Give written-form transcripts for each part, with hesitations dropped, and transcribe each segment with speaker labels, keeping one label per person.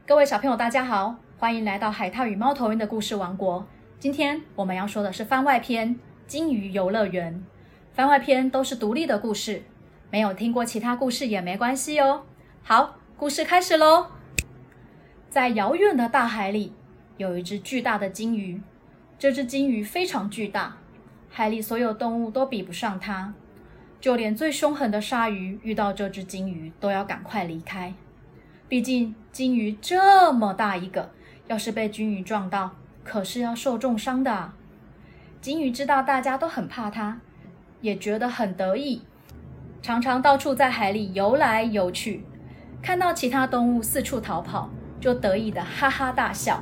Speaker 1: 各位小朋友大家好，欢迎来到海獭与猫头鹰的故事王国。今天我们要说的是番外篇金鱼游乐园。番外篇都是独立的故事，没有听过其他故事也没关系哦。好，故事开始咯。在遥远的大海里，有一只巨大的金鱼。这只金鱼非常巨大，海里所有动物都比不上它，就连最凶狠的鲨鱼遇到这只金鱼都要赶快离开。毕竟金鱼这么大一个，要是被金鱼撞到，可是要受重伤的啊。金鱼知道大家都很怕它，也觉得很得意，常常到处在海里游来游去，看到其他动物四处逃跑，就得意的哈哈大笑。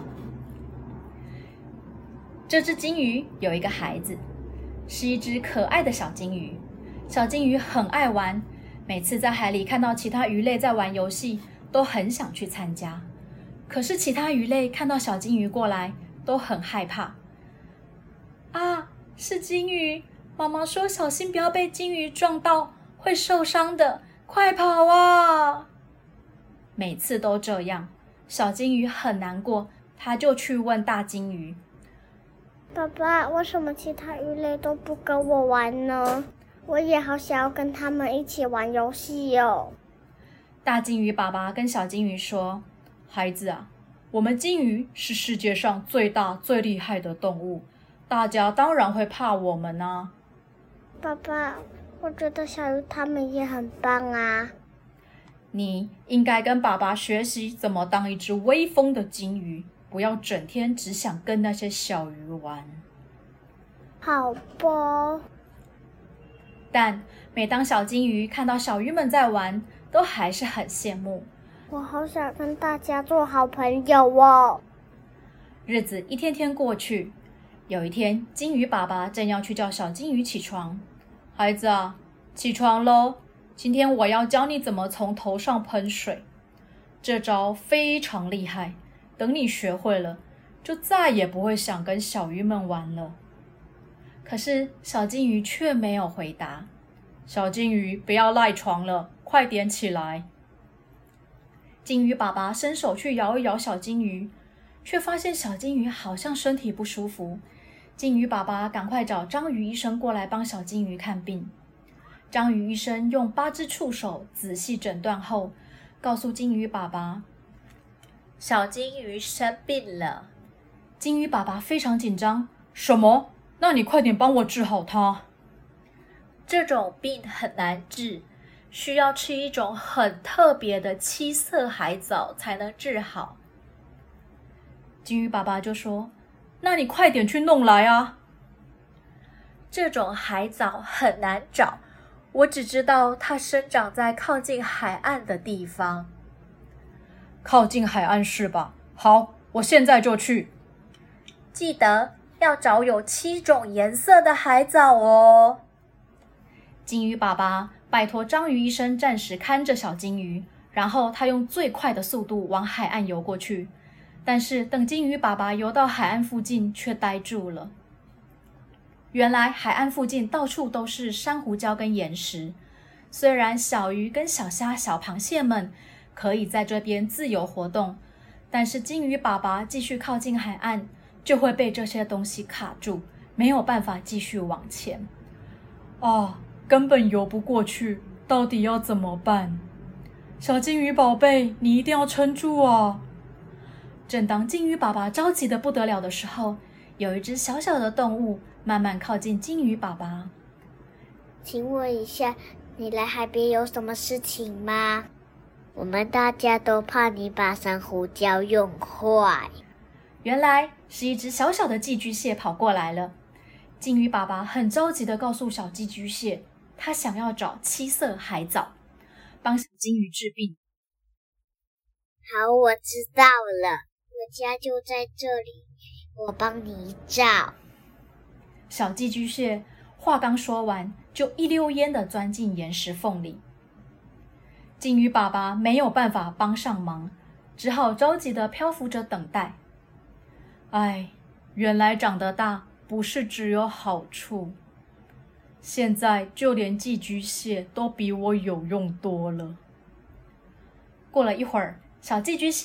Speaker 1: 这只金鱼有一个孩子，是一只可爱的小金鱼。小金鱼很爱玩，每次在海里看到其他鱼类在玩游戏，都很想去参加。可是其他鱼类看到小金鱼过来，都很害怕。啊，是金鱼！妈妈说小心不要被金鱼撞到，会受伤的，快跑啊！每次都这样，小金鱼很难过，他就去问大金鱼：
Speaker 2: 爸爸，为什么其他鱼类都不跟我玩呢？我也好想要跟他们一起玩游戏哦。
Speaker 1: 大金鱼爸爸跟小金鱼说：孩子啊，我们金鱼是世界上最大最厉害的动物，大家当然会怕我们啊。
Speaker 2: 爸爸，我觉得小鱼他们也很棒啊。
Speaker 1: 你应该跟爸爸学习怎么当一只威风的金鱼，不要整天只想跟那些小鱼玩。
Speaker 2: 好吧。
Speaker 1: 但每当小金鱼看到小鱼们在玩，都还是很羡慕。
Speaker 2: 我好想跟大家做好朋友哦。
Speaker 1: 日子一天天过去，有一天，金鱼爸爸正要去叫小金鱼起床。孩子啊，起床咯，今天我要教你怎么从头上喷水。这招非常厉害，等你学会了，就再也不会想跟小鱼们玩了。可是小金鱼却没有回答。小金鱼，不要赖床了，快点起来。金鱼爸爸伸手去摇一摇小金鱼，却发现小金鱼好像身体不舒服。金鱼爸爸赶快找章鱼医生过来帮小金鱼看病。章鱼医生用8只触手仔细诊断后，告诉金鱼爸爸，
Speaker 3: 小金鱼生病了。
Speaker 1: 金鱼爸爸非常紧张，什么？那你快点帮我治好它。
Speaker 3: 这种病很难治，需要吃一种很特别的7色海藻才能治好。
Speaker 1: 金鱼爸爸就说，那你快点去弄来啊。
Speaker 3: 这种海藻很难找，我只知道它生长在靠近海岸的地方。
Speaker 1: 靠近海岸是吧？好，我现在就去。
Speaker 3: 记得要找有7种颜色的海藻哦。
Speaker 1: 金鱼爸爸拜托章鱼医生暂时看着小金鱼，然后他用最快的速度往海岸游过去。但是等金鱼爸爸游到海岸附近，却呆住了。原来海岸附近到处都是珊瑚礁跟岩石，虽然小鱼跟小虾、小螃蟹们可以在这边自由活动，但是金鱼爸爸继续靠近海岸，就会被这些东西卡住，没有办法继续往前。啊，根本游不过去，到底要怎么办？小金鱼宝贝，你一定要撑住啊！正当金鱼爸爸着急得不得了的时候，有一只小小的动物慢慢靠近金鱼爸爸。
Speaker 2: 请问一下，你来海边有什么事情吗？我们大家都怕你把珊瑚礁用坏。
Speaker 1: 原来是一只小小的寄居蟹跑过来了。金鱼爸爸很着急地告诉小寄居蟹，他想要找7色海藻，帮小金鱼治病。
Speaker 2: 好，我知道了，我家就在这里，我帮你找。
Speaker 1: 小寄居蟹话刚说完，就一溜烟地钻进岩石缝里。金鱼爸爸没有办法帮上忙，只好着急地漂浮着等待。哎，原来长得大不是只有好处，现在就连寄居蟹都比我有用多了。过了一会儿，小寄居蟹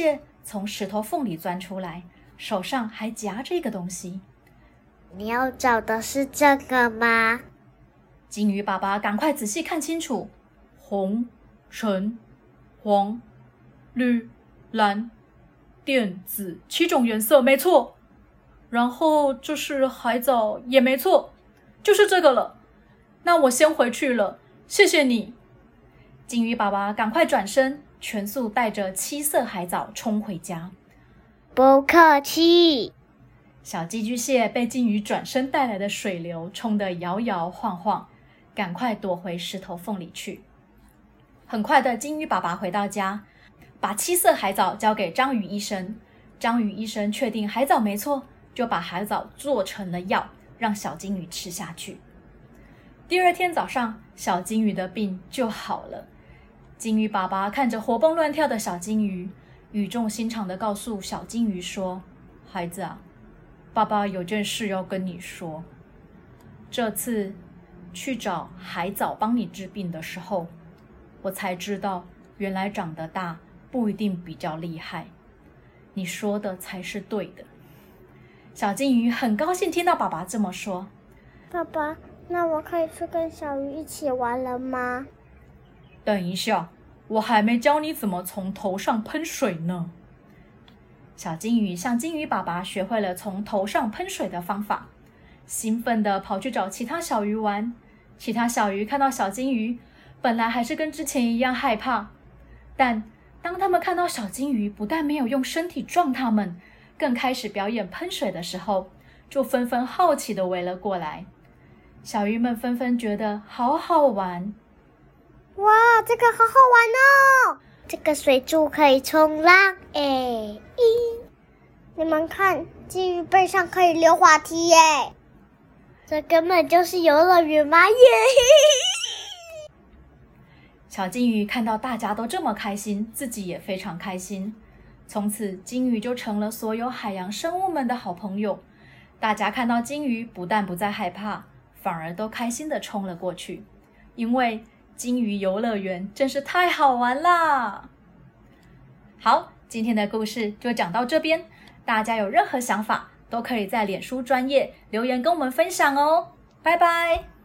Speaker 1: 从石头缝里钻出来，手上还夹着一个东西。
Speaker 2: 你要找的是这个吗？
Speaker 1: 金鱼爸爸赶快仔细看清楚，红、橙、黄、绿、蓝、靛、紫7种颜色，没错。然后这是海藻，也没错，就是这个了。那我先回去了，谢谢你。金鱼爸爸赶快转身，全速带着7色海藻冲回家。
Speaker 2: 不客气。
Speaker 1: 小寄居蟹被金鱼转身带来的水流冲得摇摇晃晃，赶快躲回石头缝里去。很快的，金鱼爸爸回到家，把7色海藻交给章鱼医生。章鱼医生确定海藻没错，就把海藻做成了药，让小金鱼吃下去。第二天早上，小金鱼的病就好了。金鱼爸爸看着活蹦乱跳的小金鱼，语重心长地告诉小金鱼说：孩子啊，爸爸有件事要跟你说。这次去找海藻帮你治病的时候，我才知道原来长得大不一定比较厉害，你说的才是对的。小金鱼很高兴听到爸爸这么说。
Speaker 2: 爸爸，那我可以去跟小鱼一起玩了吗？
Speaker 1: 等一下，我还没教你怎么从头上喷水呢。小金鱼向金鱼爸爸学会了从头上喷水的方法，兴奋地跑去找其他小鱼玩。其他小鱼看到小金鱼，本来还是跟之前一样害怕，但当他们看到小金鱼不但没有用身体撞他们，更开始表演喷水的时候，就纷纷好奇地围了过来。小鱼们纷纷觉得好好玩。
Speaker 2: 哇，这个好好玩哦！这个水柱可以冲浪诶！你们看，金鱼背上可以溜滑梯耶！这根本就是游乐园嘛耶！
Speaker 1: 小金鱼看到大家都这么开心，自己也非常开心。从此，金鱼就成了所有海洋生物们的好朋友。大家看到金鱼，不但不再害怕，反而都开心地冲了过去，因为金鱼游乐园真是太好玩啦！好，今天的故事就讲到这边，大家有任何想法都可以在脸书专页留言跟我们分享哦，拜拜。